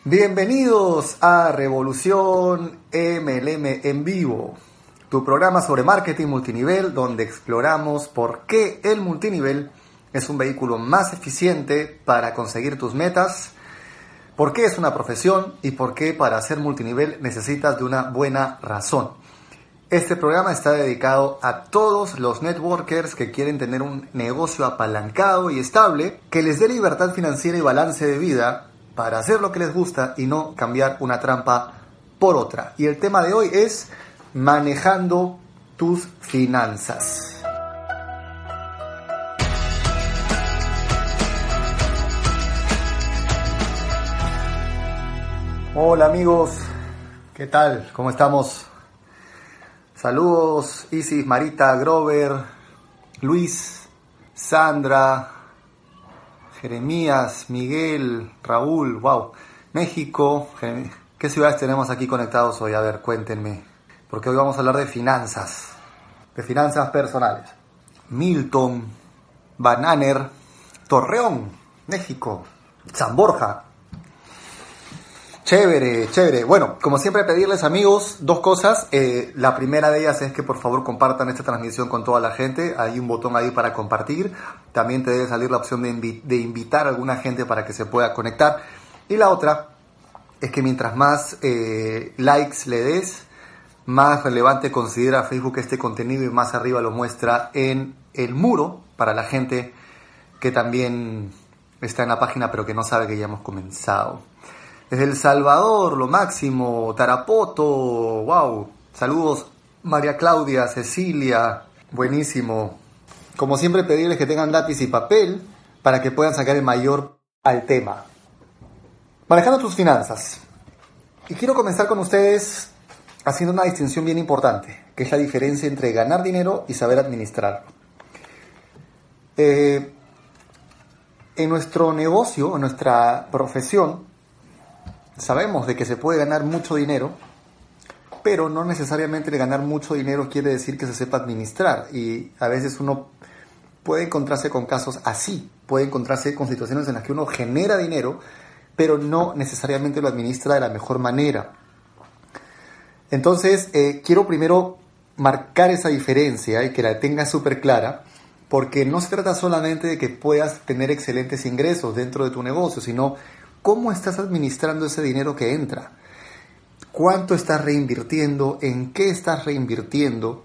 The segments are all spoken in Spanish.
Bienvenidos a Revolución MLM en vivo, tu programa sobre marketing multinivel donde exploramos por qué el multinivel es un vehículo más eficiente para conseguir tus metas, por qué es una profesión y por qué para ser multinivel necesitas de una buena razón. Este programa está dedicado a todos los networkers que quieren tener un negocio apalancado y estable que les dé libertad financiera y balance de vida para hacer lo que les gusta y no cambiar una trampa por otra. Y el tema de hoy es manejando tus finanzas. Hola amigos, ¿qué tal? ¿Cómo estamos? Saludos Isis, Marita, Grover, Luis, Sandra, Jeremías, Miguel, Raúl, wow, México. ¿Qué ciudades tenemos aquí conectados hoy? A ver, cuéntenme, porque hoy vamos a hablar de finanzas personales. Milton, Bananer, Torreón, México, San Borja. Chévere. Bueno, como siempre pedirles amigos dos cosas. La primera de ellas es que por favor compartan esta transmisión con toda la gente. Hay un botón ahí para compartir. También te debe salir la opción de invitar a alguna gente para que se pueda conectar. Y la otra es que mientras más likes le des, más relevante considera Facebook este contenido y más arriba lo muestra en el muro para la gente que también está en la página pero que no sabe que ya hemos comenzado. Desde El Salvador, lo máximo, Tarapoto, wow, saludos María Claudia, Cecilia, buenísimo. Como siempre pedirles que tengan lápiz y papel para que puedan sacar el mayor al tema. Manejando tus finanzas. Y quiero comenzar con ustedes haciendo una distinción bien importante, que es la diferencia entre ganar dinero y saber administrar. En nuestro negocio, en nuestra profesión, sabemos de que se puede ganar mucho dinero, pero no necesariamente el ganar mucho dinero quiere decir que se sepa administrar. Y a veces uno puede encontrarse con casos así, puede encontrarse con situaciones en las que uno genera dinero, pero no necesariamente lo administra de la mejor manera. Entonces, quiero primero marcar esa diferencia y que la tengas súper clara, porque no se trata solamente de que puedas tener excelentes ingresos dentro de tu negocio, sino ¿cómo estás administrando ese dinero que entra? ¿Cuánto estás reinvirtiendo? ¿En qué estás reinvirtiendo?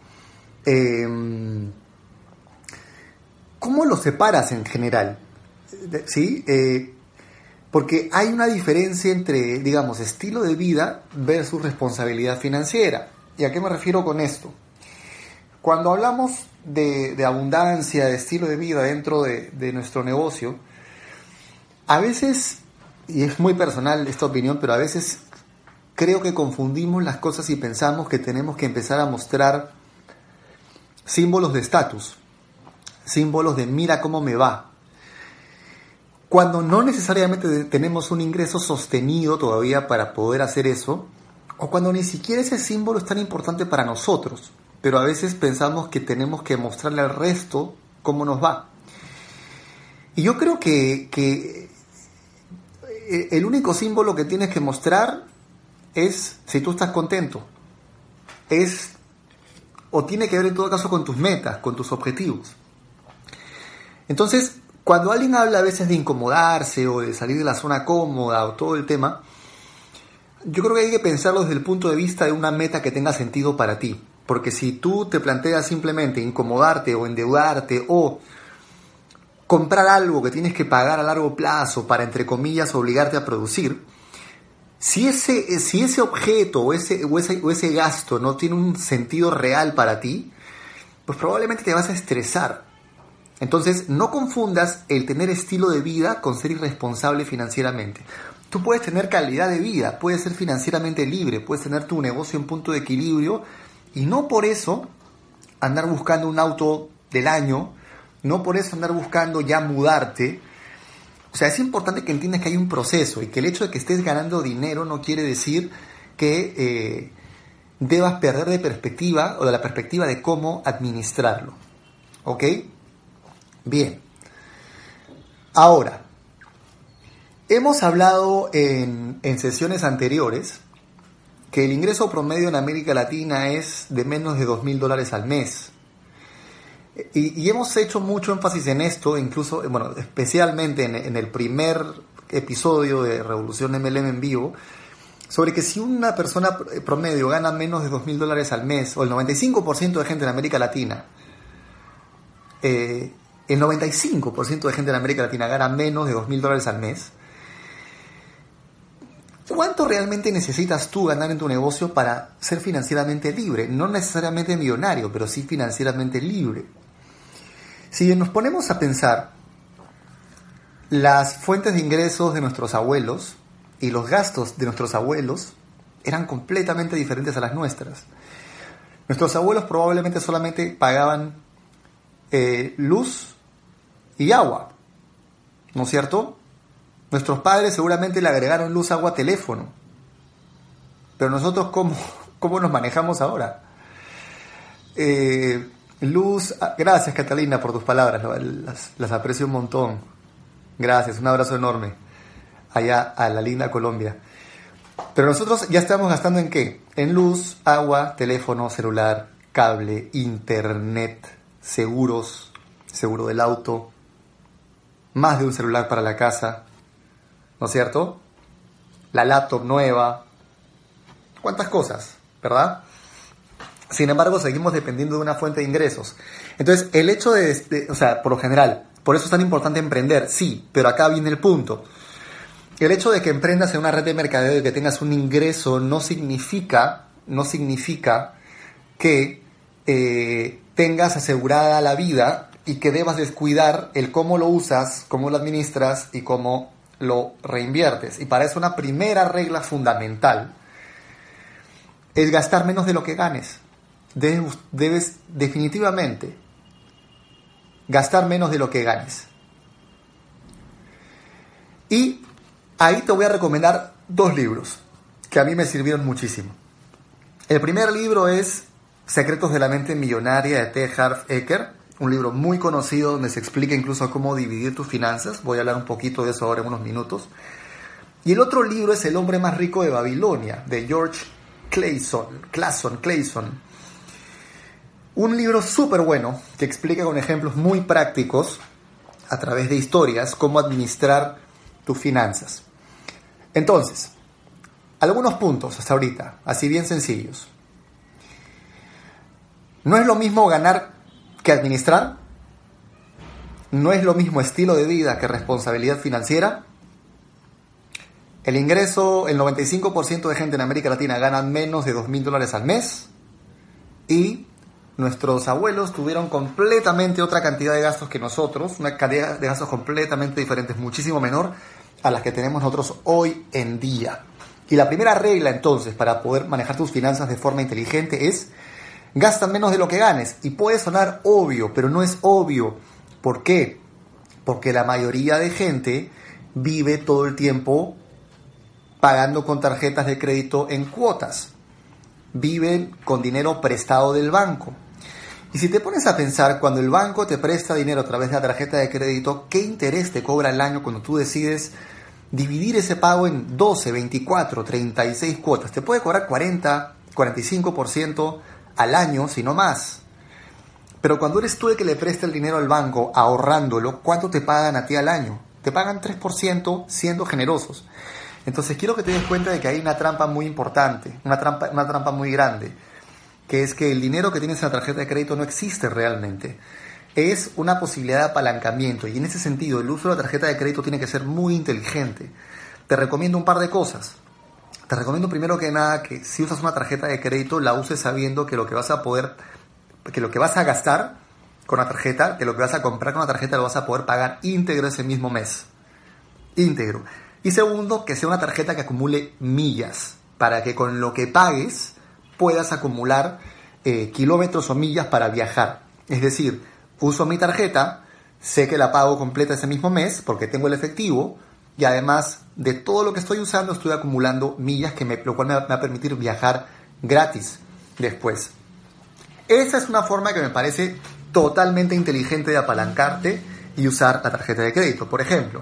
¿Cómo lo separas en general? ¿Sí? Porque hay una diferencia entre, digamos, estilo de vida versus responsabilidad financiera. ¿Y a qué me refiero con esto? Cuando hablamos de abundancia, de estilo de vida dentro de nuestro negocio, a veces, y es muy personal esta opinión, pero a veces creo que confundimos las cosas y pensamos que tenemos que empezar a mostrar símbolos de estatus, símbolos de mira cómo me va, cuando no necesariamente tenemos un ingreso sostenido todavía para poder hacer eso, o cuando ni siquiera ese símbolo es tan importante para nosotros, pero a veces pensamos que tenemos que mostrarle al resto cómo nos va. Y yo creo que el único símbolo que tienes que mostrar es si tú estás contento. O tiene que ver en todo caso con tus metas, con tus objetivos. Entonces, cuando alguien habla a veces de incomodarse o de salir de la zona cómoda o todo el tema, yo creo que hay que pensarlo desde el punto de vista de una meta que tenga sentido para ti. Porque si tú te planteas simplemente incomodarte o endeudarte o comprar algo que tienes que pagar a largo plazo para, entre comillas, obligarte a producir, si ese objeto o ese gasto no tiene un sentido real para ti, pues probablemente te vas a estresar. Entonces, no confundas el tener estilo de vida con ser irresponsable financieramente. Tú puedes tener calidad de vida, puedes ser financieramente libre, puedes tener tu negocio en punto de equilibrio y no por eso andar buscando un auto del año, no por eso andar buscando ya mudarte. O sea, es importante que entiendas que hay un proceso y que el hecho de que estés ganando dinero no quiere decir que debas perder de perspectiva o de la perspectiva de cómo administrarlo. ¿Ok? Bien. Ahora, Hemos hablado en sesiones anteriores que el ingreso promedio en América Latina es de menos de $2,000 al mes. Y hemos hecho mucho énfasis en esto, incluso, bueno, especialmente en el primer episodio de Revolución MLM en vivo, sobre que si una persona promedio gana menos de $2,000 al mes, o el 95% de gente en América Latina, el 95% de gente en América Latina gana menos de $2,000 al mes, ¿cuánto realmente necesitas tú ganar en tu negocio para ser financieramente libre? No necesariamente millonario, pero sí financieramente libre. Si nos ponemos a pensar, las fuentes de ingresos de nuestros abuelos y los gastos de nuestros abuelos eran completamente diferentes a las nuestras. Nuestros abuelos probablemente solamente pagaban luz y agua, ¿no es cierto? Nuestros padres seguramente le agregaron luz, agua, teléfono. Pero nosotros, ¿cómo nos manejamos ahora? Gracias Catalina por tus palabras, las aprecio un montón. Gracias, un abrazo enorme allá a la linda Colombia. Pero nosotros ya estamos gastando ¿en qué? En luz, agua, teléfono, celular, cable, internet, seguros, seguro del auto, más de un celular para la casa, ¿no es cierto? La laptop nueva, cuántas cosas, ¿verdad? Sin embargo, seguimos dependiendo de una fuente de ingresos. Entonces, el hecho o sea, por lo general, por eso es tan importante emprender, sí, pero acá viene el punto. El hecho de que emprendas en una red de mercadeo y que tengas un ingreso no significa que tengas asegurada la vida y que debas descuidar el cómo lo usas, cómo lo administras y cómo lo reinviertes. Y para eso una primera regla fundamental es gastar menos de lo que ganes. Debes definitivamente gastar menos de lo que ganes. Y ahí te voy a recomendar 2 libros que a mí me sirvieron muchísimo. El primer libro es Secretos de la Mente Millonaria de T. Harv Eker, un libro muy conocido donde se explica incluso cómo dividir tus finanzas. Voy a hablar un poquito de eso ahora en unos minutos. Y el otro libro es El hombre más rico de Babilonia, de George Clason. Un libro súper bueno que explica con ejemplos muy prácticos, a través de historias, cómo administrar tus finanzas. Entonces, algunos puntos hasta ahorita, así bien sencillos. No es lo mismo ganar que administrar. No es lo mismo estilo de vida que responsabilidad financiera. El ingreso, el 95% de gente en América Latina gana menos de $2,000 al mes. Y nuestros abuelos tuvieron completamente otra cantidad de gastos que nosotros, una cantidad de gastos completamente diferentes, muchísimo menor a las que tenemos nosotros hoy en día. Y la primera regla entonces para poder manejar tus finanzas de forma inteligente es: gasta menos de lo que ganes. Y puede sonar obvio, pero no es obvio. ¿Por qué? Porque la mayoría de gente vive todo el tiempo pagando con tarjetas de crédito en cuotas. Viven con dinero prestado del banco. Y si te pones a pensar, cuando el banco te presta dinero a través de la tarjeta de crédito, ¿qué interés te cobra al año cuando tú decides dividir ese pago en 12, 24, 36 cuotas? Te puede cobrar 40, 45% al año, si no más. Pero cuando eres tú el que le presta el dinero al banco ahorrándolo, ¿cuánto te pagan a ti al año? Te pagan 3% siendo generosos. Entonces quiero que te des cuenta de que hay una trampa muy importante, una trampa muy grande, que es que el dinero que tienes en la tarjeta de crédito no existe realmente. Es una posibilidad de apalancamiento, y en ese sentido el uso de la tarjeta de crédito tiene que ser muy inteligente. Te recomiendo un par de cosas. Te recomiendo primero que nada que si usas una tarjeta de crédito la uses sabiendo que lo que vas a gastar con la tarjeta, que lo que vas a comprar con la tarjeta lo vas a poder pagar íntegro ese mismo mes. Íntegro. Y segundo, que sea una tarjeta que acumule millas, para que con lo que pagues puedas acumular kilómetros o millas para viajar. Es decir, uso mi tarjeta, sé que la pago completa ese mismo mes porque tengo el efectivo, y además de todo lo que estoy usando estoy acumulando millas, lo cual me va a permitir viajar gratis después. Esa es una forma que me parece totalmente inteligente de apalancarte y usar la tarjeta de crédito. Por ejemplo,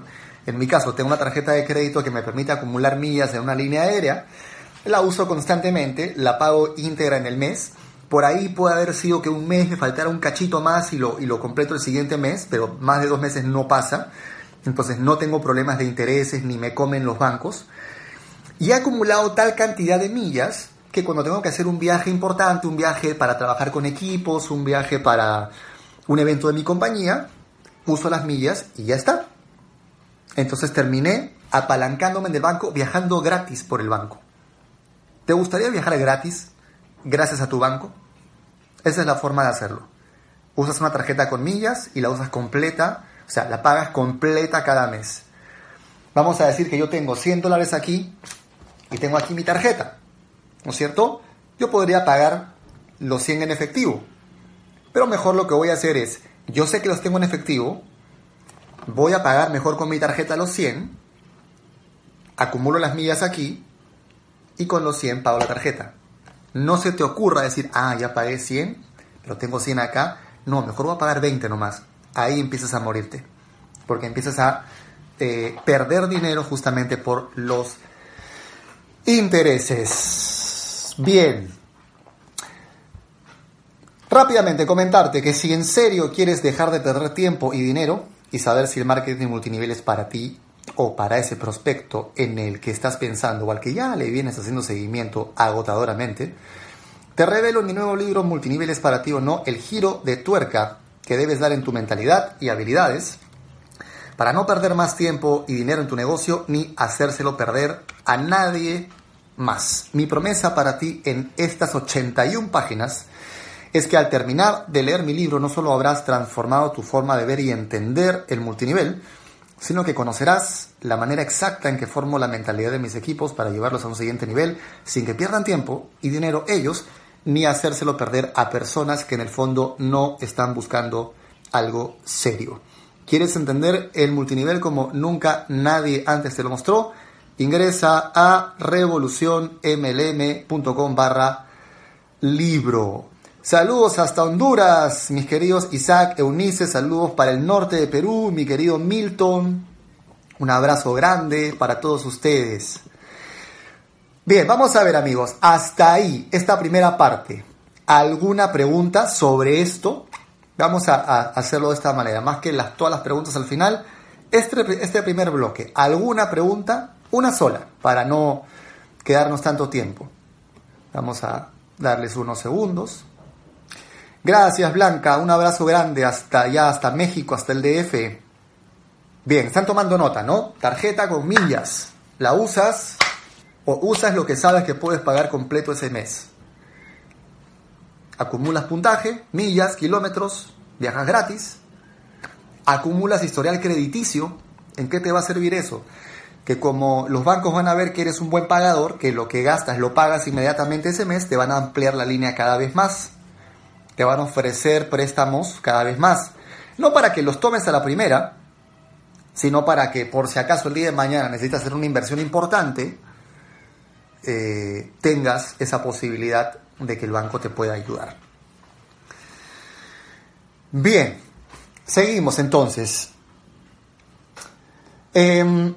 En mi caso, tengo una tarjeta de crédito que me permite acumular millas en una línea aérea. La uso constantemente, la pago íntegra en el mes. Por ahí puede haber sido que un mes me faltara un cachito más y lo completo el siguiente mes, pero más de 2 meses no pasa. Entonces no tengo problemas de intereses ni me comen los bancos. Y he acumulado tal cantidad de millas que cuando tengo que hacer un viaje importante, un viaje para trabajar con equipos, un viaje para un evento de mi compañía, uso las millas y ya está. Entonces terminé apalancándome en el banco, viajando gratis por el banco. ¿Te gustaría viajar gratis gracias a tu banco? Esa es la forma de hacerlo. Usas una tarjeta con millas y la usas completa, o sea, la pagas completa cada mes. Vamos a decir que yo tengo $100 aquí y tengo aquí mi tarjeta, ¿no es cierto? Yo podría pagar los 100 en efectivo, pero mejor lo que voy a hacer es, yo sé que los tengo en efectivo, voy a pagar mejor con mi tarjeta los 100, acumulo las millas aquí y con los 100 pago la tarjeta. No se te ocurra decir, ya pagué 100, pero tengo 100 acá. No, mejor voy a pagar 20 nomás. Ahí empiezas a morirte, porque empiezas a perder dinero justamente por los intereses. Bien. Rápidamente comentarte que si en serio quieres dejar de perder tiempo y dinero y saber si el marketing multinivel es para ti o para ese prospecto en el que estás pensando o al que ya le vienes haciendo seguimiento agotadoramente, te revelo en mi nuevo libro Multiniveles para ti o no, el giro de tuerca que debes dar en tu mentalidad y habilidades para no perder más tiempo y dinero en tu negocio ni hacérselo perder a nadie más. Mi promesa para ti en estas 81 páginas es que al terminar de leer mi libro no solo habrás transformado tu forma de ver y entender el multinivel, sino que conocerás la manera exacta en que formo la mentalidad de mis equipos para llevarlos a un siguiente nivel sin que pierdan tiempo y dinero ellos, ni hacérselo perder a personas que en el fondo no están buscando algo serio. ¿Quieres entender el multinivel como nunca nadie antes te lo mostró? Ingresa a revolucionmlm.com/libro. Saludos hasta Honduras, mis queridos Isaac, Eunice, saludos para el norte de Perú, mi querido Milton, un abrazo grande para todos ustedes. Bien, vamos a ver amigos, hasta ahí, esta primera parte. ¿Alguna pregunta sobre esto? Vamos a hacerlo de esta manera, más que todas las preguntas al final. Este primer bloque, ¿alguna pregunta? Una sola, para no quedarnos tanto tiempo. Vamos a darles unos segundos. Gracias Blanca, un abrazo grande hasta allá, hasta México, hasta el DF. Bien, están tomando nota, ¿no? Tarjeta con millas. ¿La usas o usas lo que sabes que puedes pagar completo ese mes? Acumulas puntaje, millas, kilómetros, viajas gratis. Acumulas historial crediticio. ¿En qué te va a servir eso? Que como los bancos van a ver que eres un buen pagador, que lo que gastas lo pagas inmediatamente ese mes, te van a ampliar la línea cada vez más. Te van a ofrecer préstamos cada vez más. No para que los tomes a la primera, sino para que por si acaso el día de mañana necesitas hacer una inversión importante, tengas esa posibilidad de que el banco te pueda ayudar. Bien, seguimos entonces. ¿Qué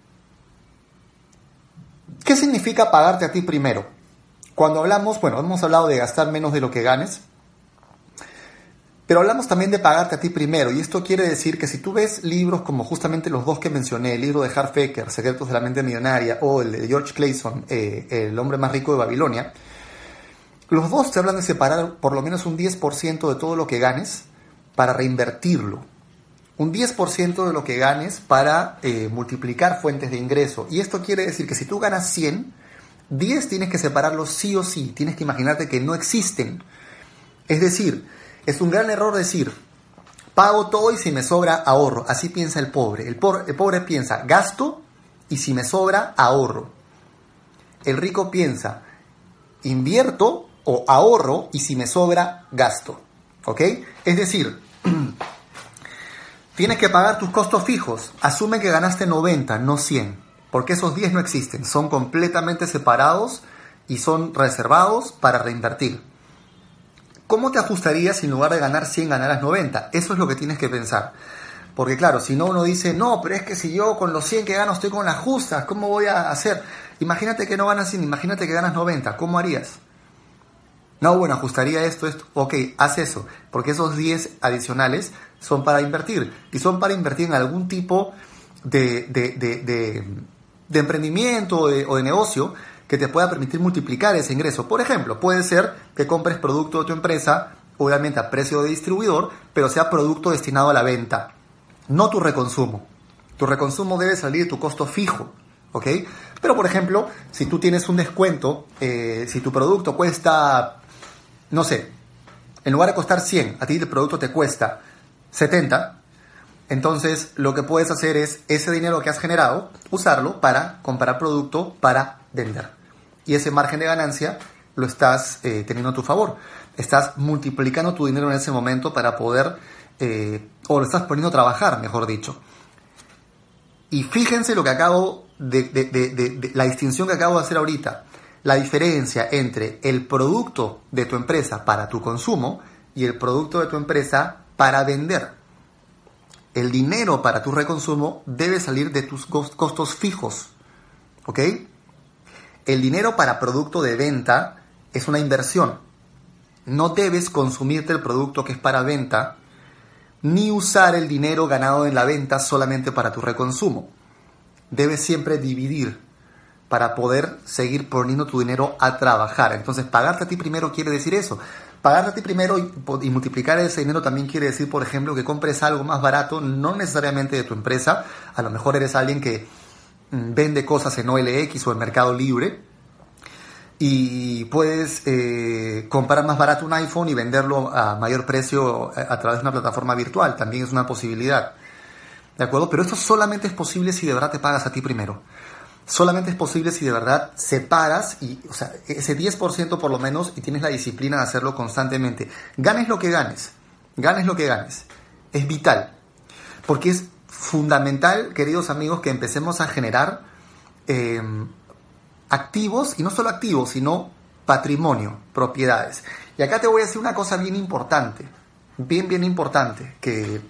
significa pagarte a ti primero? Cuando hablamos, hemos hablado de gastar menos de lo que ganes, pero hablamos también de pagarte a ti primero, y esto quiere decir que si tú ves libros como justamente los dos que mencioné, el libro de Harfaker, Secretos de la Mente Millonaria, o el de George Clason, El hombre más rico de Babilonia, los dos te hablan de separar por lo menos un 10% de todo lo que ganes para reinvertirlo. Un 10% de lo que ganes para multiplicar fuentes de ingreso. Y esto quiere decir que si tú ganas 100, 10 tienes que separarlos sí o sí. Tienes que imaginarte que no existen. Es decir, es un gran error decir, pago todo y si me sobra, ahorro. Así piensa el pobre. El pobre piensa, gasto y si me sobra, ahorro. El rico piensa, invierto o ahorro y si me sobra, gasto. ¿Ok? Es decir, tienes que pagar tus costos fijos. Asume que ganaste 90, no 100. Porque esos 10 no existen. Son completamente separados y son reservados para reinvertir. ¿Cómo te ajustarías si en lugar de ganar 100 ganaras 90? Eso es lo que tienes que pensar. Porque claro, si no uno dice, no, pero es que si yo con los 100 que gano estoy con las justas, ¿cómo voy a hacer? Imagínate que no ganas 100, imagínate que ganas 90, ¿cómo harías? No, bueno, ajustaría esto. Ok, haz eso, porque esos 10 adicionales son para invertir. Y son para invertir en algún tipo de emprendimiento o de negocio que te pueda permitir multiplicar ese ingreso. Por ejemplo, puede ser que compres producto de tu empresa, obviamente a precio de distribuidor, pero sea producto destinado a la venta, no tu reconsumo. Tu reconsumo debe salir de tu costo fijo, ¿ok? Pero, por ejemplo, si tú tienes un descuento, si tu producto cuesta, no sé, en lugar de costar 100, a ti el producto te cuesta 70, entonces lo que puedes hacer es ese dinero que has generado, usarlo para comprar producto para vender. Y ese margen de ganancia lo estás teniendo a tu favor. Estás multiplicando tu dinero en ese momento para poder, o lo estás poniendo a trabajar, mejor dicho. Y fíjense lo que acabo de la distinción que acabo de hacer ahorita. La diferencia entre el producto de tu empresa para tu consumo y el producto de tu empresa para vender. El dinero para tu reconsumo debe salir de tus costos fijos, ¿ok? El dinero para producto de venta es una inversión. No debes consumirte el producto que es para venta, ni usar el dinero ganado en la venta solamente para tu reconsumo. Debes siempre dividir para poder seguir poniendo tu dinero a trabajar. Entonces, pagarte a ti primero quiere decir eso. Pagarte a ti primero y multiplicar ese dinero también quiere decir, por ejemplo, que compres algo más barato, no necesariamente de tu empresa. A lo mejor eres alguien que vende cosas en OLX o en Mercado Libre y puedes comprar más barato un iPhone y venderlo a mayor precio a través de una plataforma virtual. También es una posibilidad. ¿De acuerdo? Pero esto solamente es posible si de verdad te pagas a ti primero. Solamente es posible si de verdad separas, o sea, ese 10% por lo menos, y tienes la disciplina de hacerlo constantemente. Ganes lo que ganes. Ganes lo que ganes. Es vital. Porque es fundamental, queridos amigos, que empecemos a generar activos, y no solo activos, sino patrimonio, propiedades. Y acá te voy a decir una cosa bien importante, bien importante, que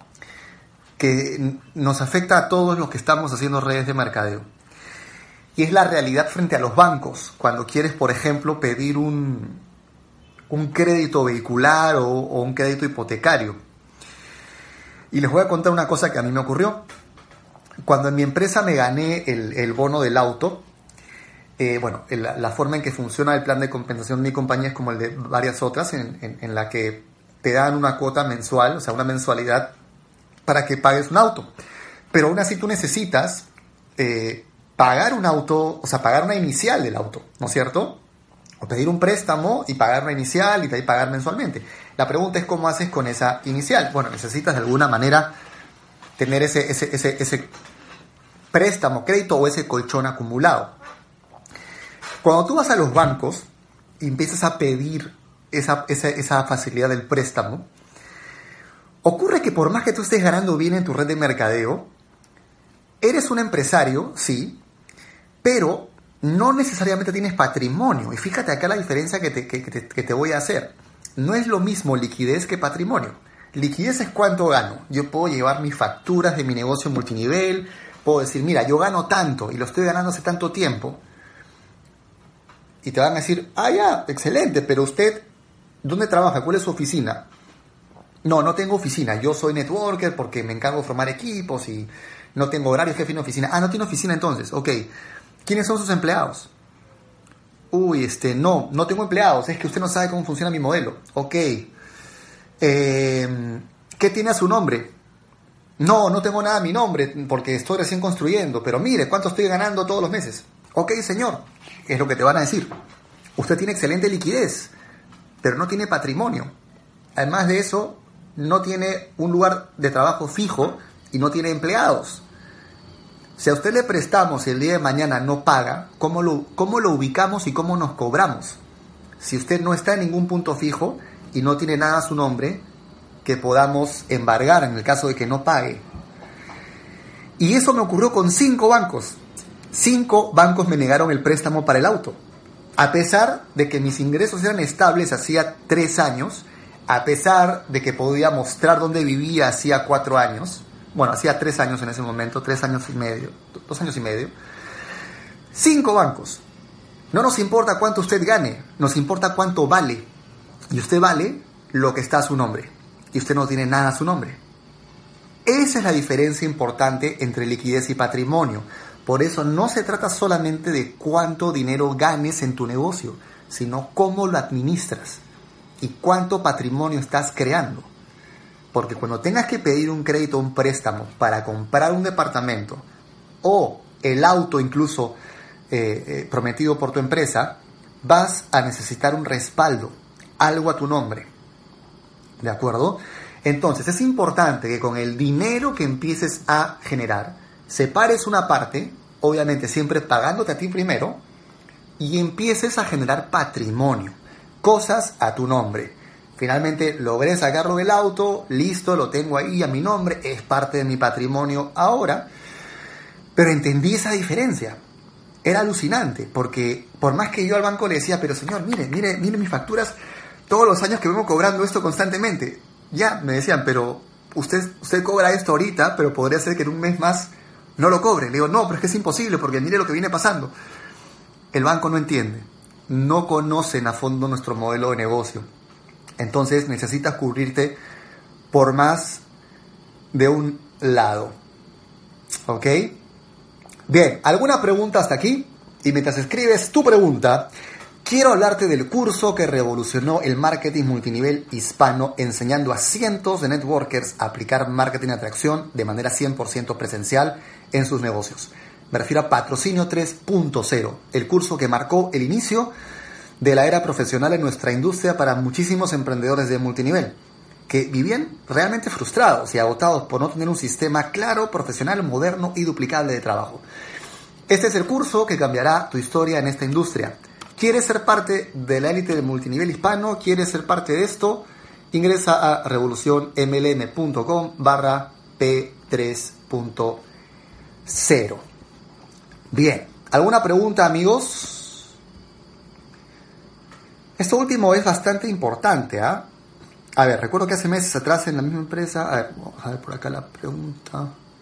nos afecta a todos los que estamos haciendo redes de mercadeo. Y es la realidad frente a los bancos. Cuando quieres, por ejemplo, pedir un crédito vehicular o un crédito hipotecario. Y les voy a contar una cosa que a mí me ocurrió. Cuando en mi empresa me gané el bono del auto, la forma en que funciona el plan de compensación de mi compañía es como el de varias otras, en la que te dan una cuota mensual, o sea, una mensualidad para que pagues un auto. Pero aún así tú necesitas pagar un auto, o sea, pagar una inicial del auto, ¿no es cierto? O pedir un préstamo y pagar una inicial y de ahí pagar mensualmente. La pregunta es cómo haces con esa inicial. Bueno, necesitas de alguna manera tener ese préstamo, crédito o ese colchón acumulado. Cuando tú vas a los bancos y empiezas a pedir esa facilidad del préstamo, ocurre que por más que tú estés ganando bien en tu red de mercadeo, eres un empresario, sí, pero no necesariamente tienes patrimonio. Y fíjate acá la diferencia que te voy a hacer. No es lo mismo liquidez que patrimonio. Liquidez es cuánto gano. Yo puedo llevar mis facturas de mi negocio multinivel, puedo decir, mira, yo gano tanto y lo estoy ganando hace tanto tiempo. Y te van a decir, ya, excelente, pero usted, ¿dónde trabaja? ¿Cuál es su oficina? No tengo oficina. Yo soy networker porque me encargo de formar equipos y no tengo horario, jefe en oficina. No tiene oficina entonces. Ok. ¿Quiénes son sus empleados? No tengo empleados. Es que usted no sabe cómo funciona mi modelo. Ok. ¿Qué tiene a su nombre? No tengo nada a mi nombre porque estoy recién construyendo. Pero mire, ¿cuánto estoy ganando todos los meses? Ok, señor. Es lo que te van a decir. Usted tiene excelente liquidez, pero no tiene patrimonio. Además de eso, no tiene un lugar de trabajo fijo y no tiene empleados. Si a usted le prestamos y el día de mañana no paga, ¿cómo lo ubicamos y cómo nos cobramos? Si usted no está en ningún punto fijo y no tiene nada a su nombre que podamos embargar en el caso de que no pague. Y eso me ocurrió con 5 bancos. 5 bancos me negaron el préstamo para el auto. A pesar de que mis ingresos eran estables hacía 3 años, a pesar de que podía mostrar dónde vivía hacía 4 años, Bueno, hacía 3 años en ese momento, 3 años y medio, 2 años y medio. 5 bancos. No nos importa cuánto usted gane, nos importa cuánto vale. Y usted vale lo que está a su nombre. Y usted no tiene nada a su nombre. Esa es la diferencia importante entre liquidez y patrimonio. Por eso no se trata solamente de cuánto dinero ganes en tu negocio, sino cómo lo administras y cuánto patrimonio estás creando. Porque cuando tengas que pedir un crédito o un préstamo para comprar un departamento o el auto incluso prometido por tu empresa, vas a necesitar un respaldo, algo a tu nombre. ¿De acuerdo? Entonces es importante que con el dinero que empieces a generar, separes una parte, obviamente siempre pagándote a ti primero, y empieces a generar patrimonio, cosas a tu nombre. Finalmente logré sacarlo del auto, listo, lo tengo ahí a mi nombre, es parte de mi patrimonio ahora, pero entendí esa diferencia. Era alucinante, porque por más que yo al banco le decía, pero señor, mire mis facturas, todos los años que vengo cobrando esto constantemente. Ya, me decían, pero usted cobra esto ahorita, pero podría ser que en un mes más no lo cobre. Le digo, no, pero es que es imposible, porque mire lo que viene pasando. El banco no entiende, no conocen a fondo nuestro modelo de negocio. Entonces necesitas cubrirte por más de un lado. ¿Ok? Bien, ¿alguna pregunta hasta aquí? Y mientras escribes tu pregunta, quiero hablarte del curso que revolucionó el marketing multinivel hispano, enseñando a cientos de networkers a aplicar marketing de atracción de manera 100% presencial en sus negocios. Me refiero a Patrocinio 3.0, el curso que marcó el inicio de la era profesional en nuestra industria para muchísimos emprendedores de multinivel, que vivían realmente frustrados y agotados por no tener un sistema claro, profesional, moderno y duplicable de trabajo. Este es el curso que cambiará tu historia en esta industria. ¿Quieres ser parte de la élite del multinivel hispano? ¿Quieres ser parte de esto? Ingresa a revolucionmlm.com/P3.0. Bien, ¿alguna pregunta, amigos? Esto último es bastante importante, ¿ah? A ver, recuerdo que hace meses atrás en la misma empresa... A ver, vamos a ver por acá la pregunta.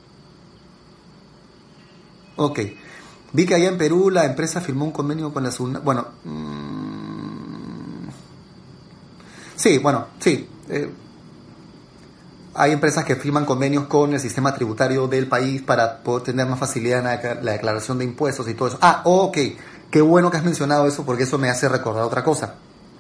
Ok. Vi que allá en Perú la empresa firmó un convenio con la SUNAT. Bueno, sí, hay empresas que firman convenios con el sistema tributario del país para poder tener más facilidad en la declaración de impuestos y todo eso. Ah, ok. Qué bueno que has mencionado eso, porque eso me hace recordar otra cosa.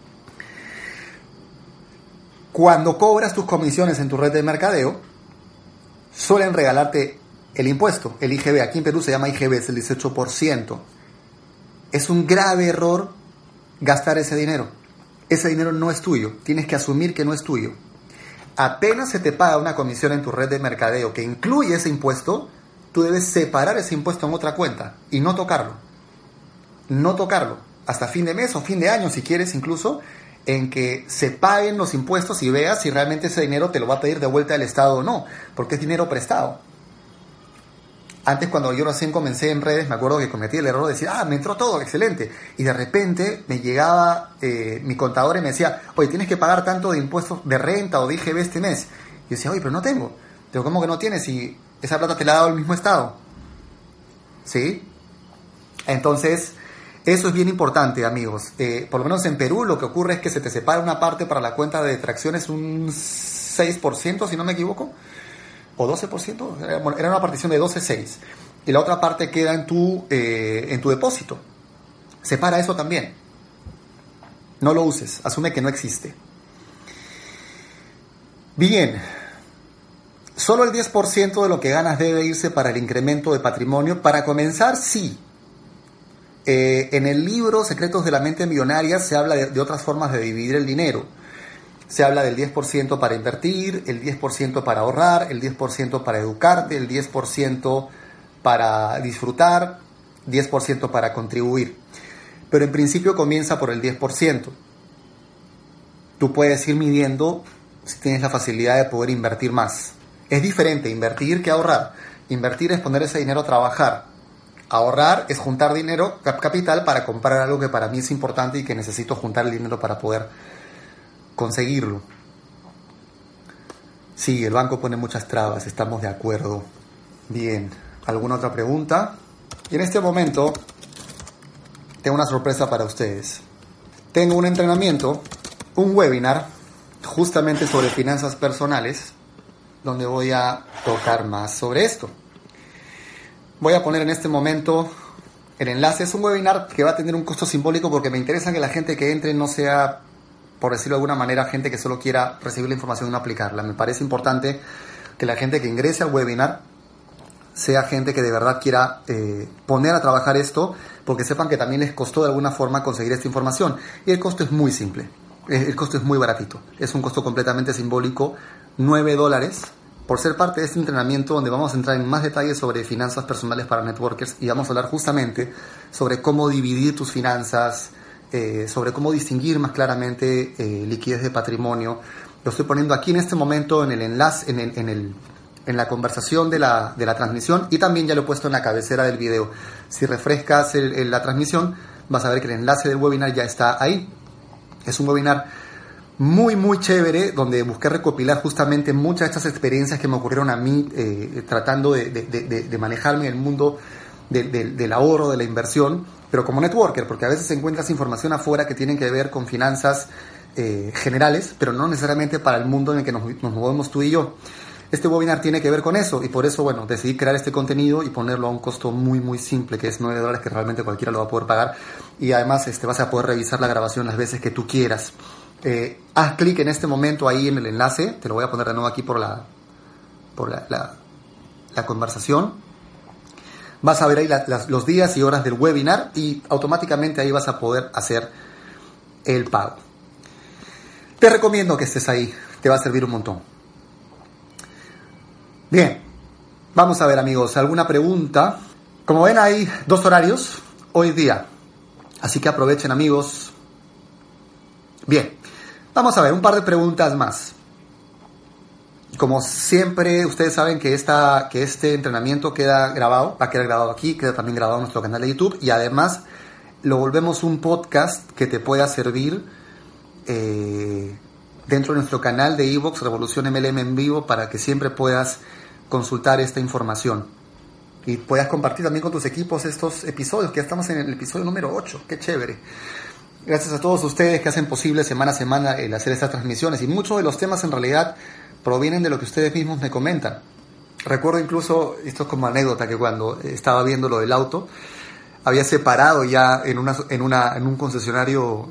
Cuando cobras tus comisiones en tu red de mercadeo, suelen regalarte el impuesto, el IGB. Aquí en Perú se llama IGB, es el 18%. Es un grave error gastar ese dinero. Ese dinero no es tuyo. Tienes que asumir que no es tuyo. Apenas se te paga una comisión en tu red de mercadeo que incluye ese impuesto, tú debes separar ese impuesto en otra cuenta y no tocarlo. No tocarlo. Hasta fin de mes o fin de año, si quieres, incluso, en que se paguen los impuestos y veas si realmente ese dinero te lo va a pedir de vuelta el Estado o no, porque es dinero prestado. Antes, cuando yo recién comencé en redes, me acuerdo que cometí el error de decir, me entró todo, excelente. Y de repente me llegaba mi contador y me decía, oye, tienes que pagar tanto de impuestos de renta o de IGB este mes. Y yo decía, oye, pero no tengo. Digo, ¿cómo que no tienes? Si esa plata te la ha dado el mismo Estado. ¿Sí? Entonces, eso es bien importante, amigos. Por lo menos en Perú lo que ocurre es que se te separa una parte para la cuenta de detracciones, un 6%, si no me equivoco. O 12%, bueno, era una partición de 12-6. Y la otra parte queda en tu depósito. Separa eso también. No lo uses, asume que no existe. Bien. Solo el 10% de lo que ganas debe irse para el incremento de patrimonio. Para comenzar, sí. En el libro Secretos de la Mente Millonaria se habla de otras formas de dividir el dinero. Se habla del 10% para invertir, el 10% para ahorrar, el 10% para educarte, el 10% para disfrutar, 10% para contribuir. Pero en principio comienza por el 10%. Tú puedes ir midiendo si tienes la facilidad de poder invertir más. Es diferente invertir que ahorrar. Invertir es poner ese dinero a trabajar. Ahorrar es juntar dinero, capital, para comprar algo que para mí es importante y que necesito juntar el dinero para poder conseguirlo. Sí, el banco pone muchas trabas, estamos de acuerdo. Bien, ¿alguna otra pregunta? Y en este momento tengo una sorpresa para ustedes. Tengo un entrenamiento, un webinar, justamente sobre finanzas personales, donde voy a tocar más sobre esto. Voy a poner en este momento el enlace. Es un webinar que va a tener un costo simbólico porque me interesa que la gente que entre no sea, por decirlo de alguna manera, gente que solo quiera recibir la información y no aplicarla. Me parece importante que la gente que ingrese al webinar sea gente que de verdad quiera poner a trabajar esto, porque sepan que también les costó de alguna forma conseguir esta información. Y el costo es muy simple, el costo es muy baratito, es un costo completamente simbólico, $9, por ser parte de este entrenamiento donde vamos a entrar en más detalles sobre finanzas personales para networkers y vamos a hablar justamente sobre cómo dividir tus finanzas, sobre cómo distinguir más claramente liquidez de patrimonio. Lo estoy poniendo aquí en este momento en el enlace, en la conversación de la transmisión, y también ya lo he puesto en la cabecera del video. Si refrescas la transmisión, vas a ver que el enlace del webinar ya está ahí. Es un webinar muy, muy chévere, donde busqué recopilar justamente muchas de estas experiencias que me ocurrieron a mí tratando de manejarme en el mundo del ahorro, de la inversión, pero como networker, porque a veces encuentras información afuera que tienen que ver con finanzas generales, pero no necesariamente para el mundo en el que nos movemos tú y yo. Este webinar tiene que ver con eso, y por eso, bueno, decidí crear este contenido y ponerlo a un costo muy, muy simple, que es $9, que realmente cualquiera lo va a poder pagar, y además vas a poder revisar la grabación las veces que tú quieras. Haz clic en este momento ahí en el enlace, te lo voy a poner de nuevo aquí por la conversación. Vas a ver ahí los días y horas del webinar y automáticamente ahí vas a poder hacer el pago. Te recomiendo que estés ahí, te va a servir un montón. Bien, vamos a ver, amigos, ¿alguna pregunta? Como ven, hay 2 horarios hoy día, así que aprovechen, amigos. Bien, vamos a ver un par de preguntas más. Como siempre, ustedes saben que este entrenamiento queda grabado, va a quedar grabado aquí, queda también grabado en nuestro canal de YouTube, y además lo volvemos un podcast que te pueda servir dentro de nuestro canal de iVoox, Revolución MLM en vivo, para que siempre puedas consultar esta información y puedas compartir también con tus equipos estos episodios, que ya estamos en el episodio número 8, qué chévere. Gracias a todos ustedes que hacen posible semana a semana el hacer estas transmisiones, y muchos de los temas en realidad provienen de lo que ustedes mismos me comentan. Recuerdo incluso, esto es como anécdota, que cuando estaba viendo lo del auto, había separado ya en un concesionario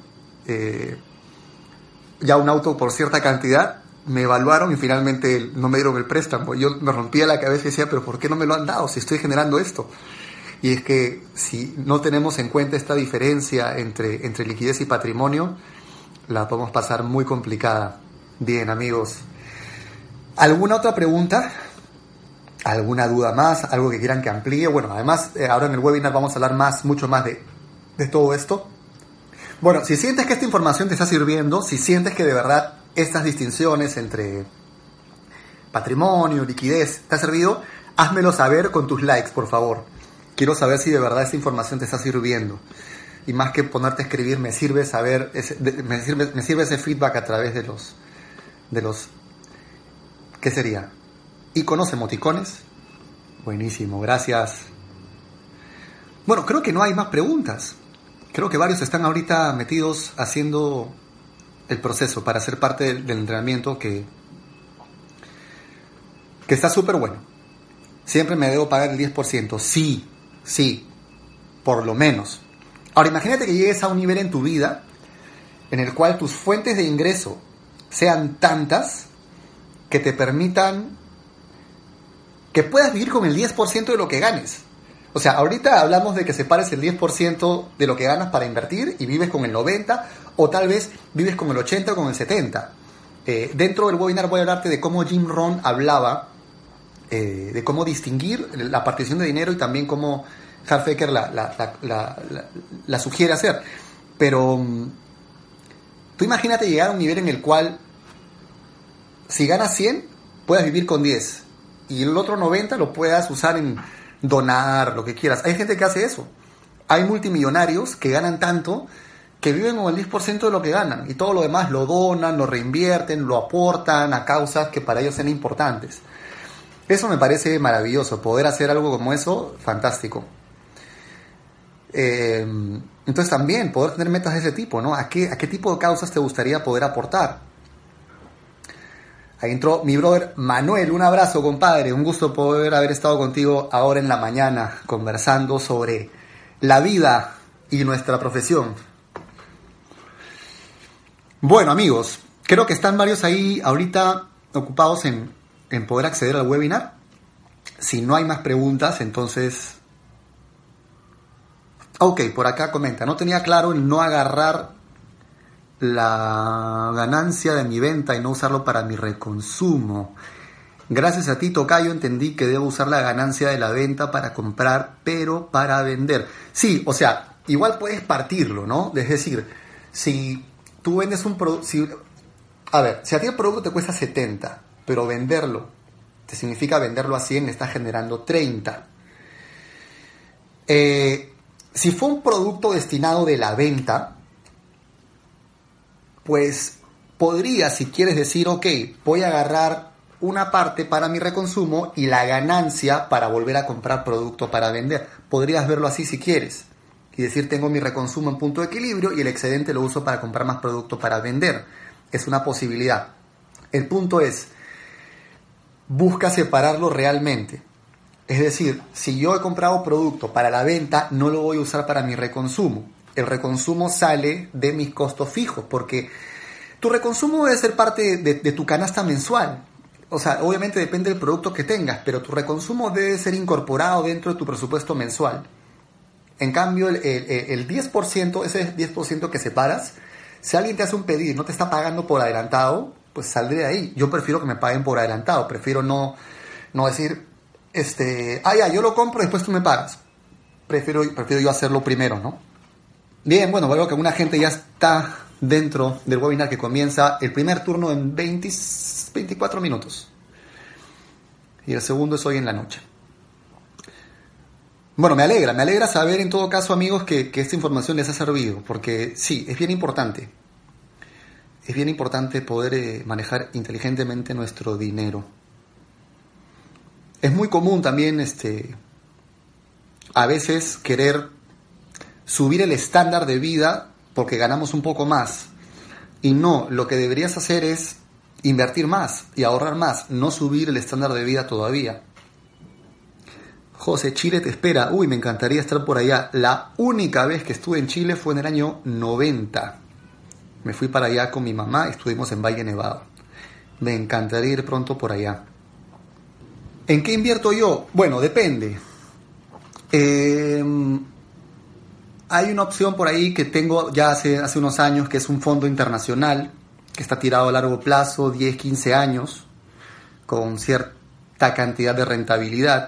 ya un auto por cierta cantidad, me evaluaron y finalmente no me dieron el préstamo. Yo me rompía la cabeza y decía, pero ¿por qué no me lo han dado si estoy generando esto? Y es que si no tenemos en cuenta esta diferencia entre liquidez y patrimonio, la podemos pasar muy complicada. Bien, amigos, ¿alguna otra pregunta? ¿Alguna duda más? ¿Algo que quieran que amplíe? Bueno, además, ahora en el webinar vamos a hablar mucho más de todo esto. Bueno, si sientes que esta información te está sirviendo, si sientes que de verdad estas distinciones entre patrimonio, liquidez, te ha servido, házmelo saber con tus likes, por favor. Quiero saber si de verdad esta información te está sirviendo. Y más que ponerte a escribir, me sirve ese feedback a través de los ¿qué sería? Iconos, emoticones. Buenísimo, gracias. Bueno, creo que no hay más preguntas. Creo que varios están ahorita metidos haciendo el proceso para ser parte del entrenamiento que está súper bueno. Siempre me debo pagar el 10%. Sí, por lo menos. Ahora, imagínate que llegues a un nivel en tu vida en el cual tus fuentes de ingreso sean tantas que te permitan que puedas vivir con el 10% de lo que ganes. O sea, ahorita hablamos de que separes el 10% de lo que ganas para invertir y vives con el 90%, o tal vez vives con el 80% o con el 70%. Dentro del webinar voy a hablarte de cómo Jim Rohn hablaba de cómo distinguir la partición de dinero y también cómo Hal Ficker la sugiere hacer. Pero tú imagínate llegar a un nivel en el cual si ganas 100, puedas vivir con 10 y el otro 90 lo puedas usar en donar, lo que quieras. Hay gente que hace eso. Hay multimillonarios que ganan tanto que viven con el 10% de lo que ganan y todo lo demás lo donan, lo reinvierten, lo aportan a causas que para ellos sean importantes. Eso me parece maravilloso, poder hacer algo como eso, fantástico. Entonces también poder tener metas de ese tipo, ¿no? ¿A qué tipo de causas te gustaría poder aportar? Ahí entró mi brother Manuel, un abrazo, compadre, un gusto poder haber estado contigo ahora en la mañana conversando sobre la vida y nuestra profesión. Bueno, amigos, creo que están varios ahí ahorita ocupados en poder acceder al webinar. Si no hay más preguntas, entonces... Ok, por acá comenta, no tenía claro el no agarrar la ganancia de mi venta y no usarlo para mi reconsumo. Gracias a ti, tocayo, entendí que debo usar la ganancia de la venta para comprar, pero para vender. Sí, o sea, igual puedes partirlo, ¿no? Es decir, si tú vendes un producto... a ver, si a ti el producto te cuesta 70, pero venderlo te significa venderlo a 100, le estás generando 30. Si fue un producto destinado de la venta, pues podrías, si quieres, decir, ok, voy a agarrar una parte para mi reconsumo y la ganancia para volver a comprar producto para vender. Podrías verlo así si quieres y decir, tengo mi reconsumo en punto de equilibrio y el excedente lo uso para comprar más producto para vender. Es una posibilidad. El punto es, busca separarlo realmente. Es decir, si yo he comprado producto para la venta, no lo voy a usar para mi reconsumo. El reconsumo sale de mis costos fijos, porque tu reconsumo debe ser parte de tu canasta mensual. O sea, obviamente depende del producto que tengas, pero tu reconsumo debe ser incorporado dentro de tu presupuesto mensual. En cambio, el 10%, ese 10% que separas, si alguien te hace un pedido y no te está pagando por adelantado, pues saldré de ahí. Yo prefiero que me paguen por adelantado, prefiero no decir, ya, yo lo compro y después tú me pagas. Prefiero yo hacerlo primero, ¿no? Bien, bueno, veo que alguna gente ya está dentro del webinar que comienza el primer turno en 24 minutos. Y el segundo es hoy en la noche. Bueno, me alegra saber en todo caso, amigos, que esta información les ha servido, porque sí, es bien importante. Es bien importante poder manejar inteligentemente nuestro dinero. Es muy común también a veces querer subir el estándar de vida porque ganamos un poco más. Y no, lo que deberías hacer es invertir más y ahorrar más, no subir el estándar de vida todavía. José, Chile te espera. Uy, me encantaría estar por allá. La única vez que estuve en Chile fue en el año 90. Me fui para allá con mi mamá y estuvimos en Valle Nevado. Me encantaría ir pronto por allá. ¿En qué invierto yo? Bueno, depende. Hay una opción por ahí que tengo ya hace unos años, que es un fondo internacional, que está tirado a largo plazo, 10, 15 años, con cierta cantidad de rentabilidad.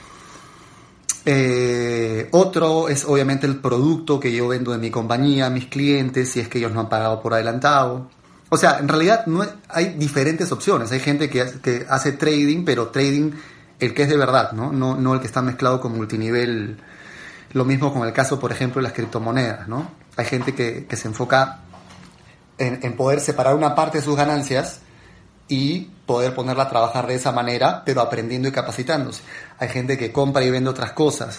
Otro es obviamente el producto que yo vendo de mi compañía a mis clientes, si es que ellos no han pagado por adelantado. O sea, en realidad hay diferentes opciones. Hay gente que hace trading, pero trading el que es de verdad, no el que está mezclado con multinivel. Lo mismo con el caso, por ejemplo, de las criptomonedas, ¿no? Hay gente que se enfoca en poder separar una parte de sus ganancias y poder ponerla a trabajar de esa manera, pero aprendiendo y capacitándose. Hay gente que compra y vende otras cosas.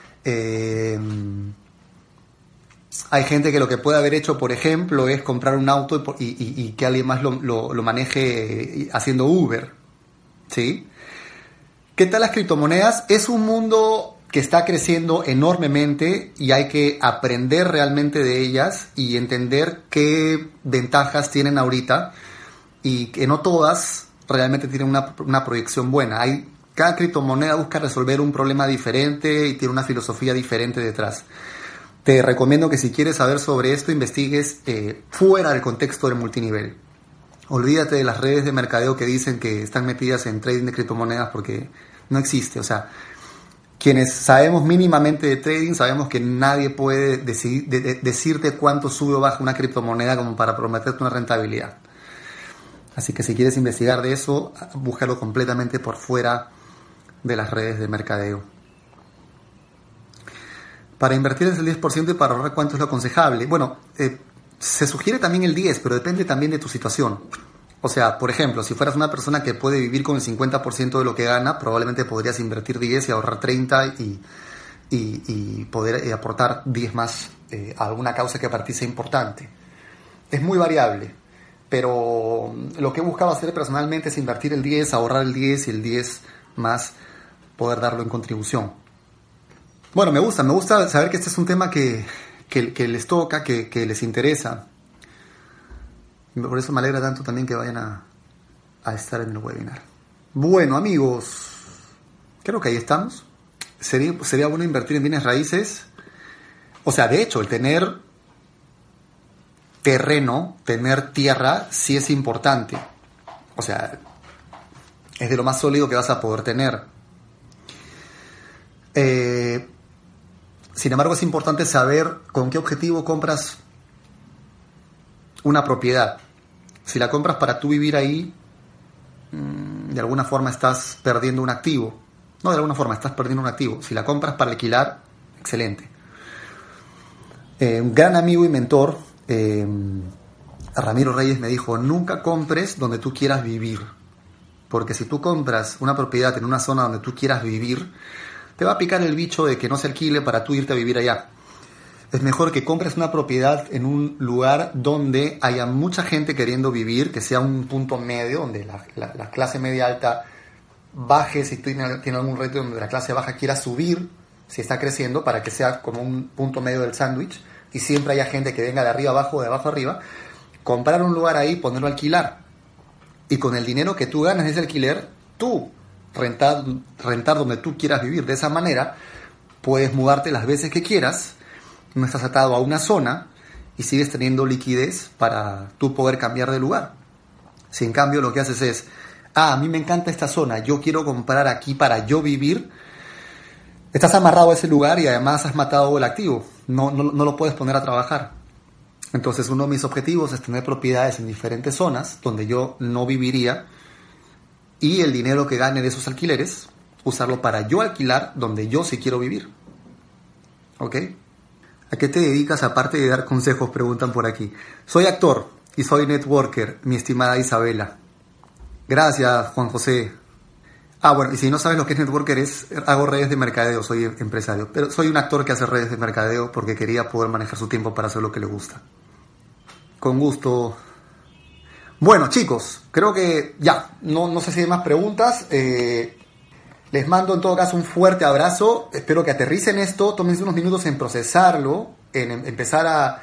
Hay gente que lo que puede haber hecho, por ejemplo, es comprar un auto y que alguien más lo maneje haciendo Uber, ¿sí? ¿Qué tal las criptomonedas? Es un mundo que está creciendo enormemente y hay que aprender realmente de ellas y entender qué ventajas tienen ahorita y que no todas realmente tienen una proyección buena. Cada criptomoneda busca resolver un problema diferente y tiene una filosofía diferente detrás. Te recomiendo que si quieres saber sobre esto, investigues fuera del contexto del multinivel. Olvídate de las redes de mercadeo que dicen que están metidas en trading de criptomonedas, porque no existe. O sea, quienes sabemos mínimamente de trading sabemos que nadie puede decirte cuánto sube o baja una criptomoneda como para prometerte una rentabilidad. Así que si quieres investigar de eso, búscalo completamente por fuera de las redes de mercadeo. Para invertir es el 10% y para ahorrar, ¿cuánto es lo aconsejable? Bueno, Se sugiere también el 10, pero depende también de tu situación. O sea, por ejemplo, si fueras una persona que puede vivir con el 50% de lo que gana, probablemente podrías invertir 10 y ahorrar 30 y poder aportar 10 más a alguna causa que para ti sea importante. Es muy variable, pero lo que he buscado hacer personalmente es invertir el 10, ahorrar el 10 y el 10 más poder darlo en contribución. Bueno, me gusta saber que este es un tema que les toca, que les interesa. Por eso me alegra tanto también que vayan a estar en el webinar. Bueno, amigos, creo que ahí estamos. Sería bueno invertir en bienes raíces. O sea, de hecho, el tener terreno, tener tierra, sí es importante. O sea, es de lo más sólido que vas a poder tener. Sin embargo, es importante saber con qué objetivo compras una propiedad. Si la compras para tú vivir ahí, de alguna forma estás perdiendo un activo. No, de alguna forma estás perdiendo un activo. Si la compras para alquilar, excelente. Un gran amigo y mentor, Ramiro Reyes, me dijo: nunca compres donde tú quieras vivir. Porque si tú compras una propiedad en una zona donde tú quieras vivir, te va a picar el bicho de que no se alquile para tú irte a vivir allá. Es mejor que compres una propiedad en un lugar donde haya mucha gente queriendo vivir, que sea un punto medio, donde la clase media alta baje, si tiene algún reto donde la clase baja quiera subir, si está creciendo, para que sea como un punto medio del sándwich, y siempre haya gente que venga de arriba abajo o de abajo arriba. Comprar un lugar ahí, ponerlo a alquilar, y con el dinero que tú ganas de ese alquiler, tú rentar donde tú quieras vivir. De esa manera puedes mudarte las veces que quieras. No estás atado a una zona y sigues teniendo liquidez para tú poder cambiar de lugar. Si en cambio lo que haces es: a mí me encanta esta zona, yo quiero comprar aquí para yo vivir, estás amarrado a ese lugar y además has matado el activo. No lo puedes poner a trabajar. Entonces, uno de mis objetivos es tener propiedades en diferentes zonas donde yo no viviría, y el dinero que gane de esos alquileres, usarlo para yo alquilar donde yo sí quiero vivir. ¿Ok? ¿A qué te dedicas aparte de dar consejos?, preguntan por aquí. Soy actor y soy networker, mi estimada Isabela. Gracias, Juan José. Bueno, y si no sabes lo que es networker, hago redes de mercadeo, soy empresario. Pero soy un actor que hace redes de mercadeo porque quería poder manejar su tiempo para hacer lo que le gusta. Con gusto. Bueno, chicos, creo que ya. No sé si hay más preguntas. Les mando en todo caso un fuerte abrazo. Espero que aterricen esto, tómense unos minutos en procesarlo, en empezar a...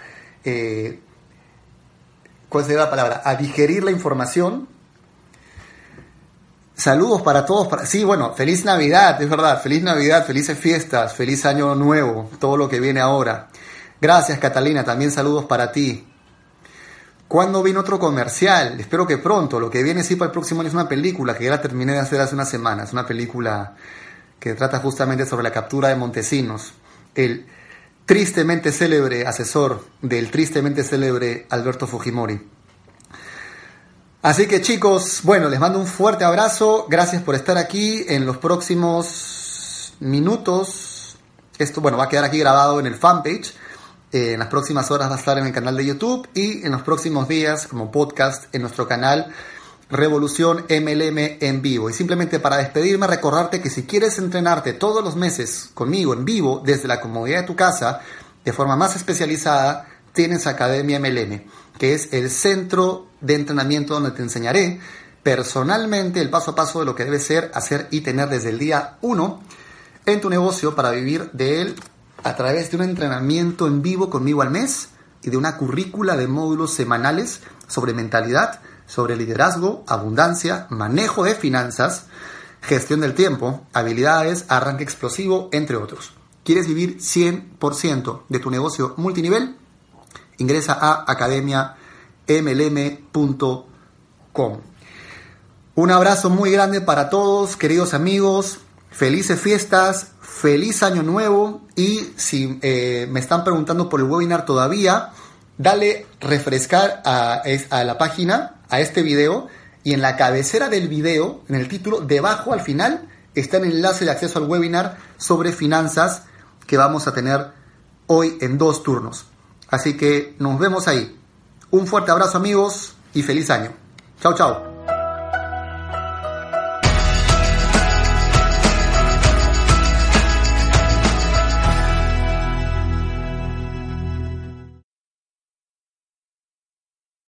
¿cuál sería la palabra? A digerir la información. Saludos para todos. Sí, bueno, feliz Navidad, es verdad. Feliz Navidad, felices fiestas, feliz Año Nuevo, todo lo que viene ahora. Gracias, Catalina, también saludos para ti. ¿Cuándo viene otro comercial? Espero que pronto. Lo que viene sí para el próximo año es una película que ya la terminé de hacer hace unas semanas. Una película que trata justamente sobre la captura de Montesinos. El tristemente célebre asesor del tristemente célebre Alberto Fujimori. Así que, chicos, bueno, les mando un fuerte abrazo. Gracias por estar aquí. En los próximos minutos, esto, bueno, va a quedar aquí grabado en el fanpage. En las próximas horas va a estar en el canal de YouTube y en los próximos días como podcast en nuestro canal Revolución MLM en vivo. Y simplemente para despedirme, recordarte que si quieres entrenarte todos los meses conmigo en vivo desde la comodidad de tu casa, de forma más especializada, tienes Academia MLM, que es el centro de entrenamiento donde te enseñaré personalmente el paso a paso de lo que debes ser, hacer y tener desde el día 1 en tu negocio para vivir de él a través de un entrenamiento en vivo conmigo al mes y de una currícula de módulos semanales sobre mentalidad, sobre liderazgo, abundancia, manejo de finanzas, gestión del tiempo, habilidades, arranque explosivo, entre otros. ¿Quieres vivir 100% de tu negocio multinivel? Ingresa a academiamlm.com. Un abrazo muy grande para todos, queridos amigos. Felices fiestas, feliz año nuevo. Y si me están preguntando por el webinar todavía, dale refrescar a la página, a este video, y en la cabecera del video, en el título, debajo al final, está el enlace de acceso al webinar sobre finanzas que vamos a tener hoy en 2 turnos. Así que nos vemos ahí. Un fuerte abrazo amigos y feliz año. Chao, chao.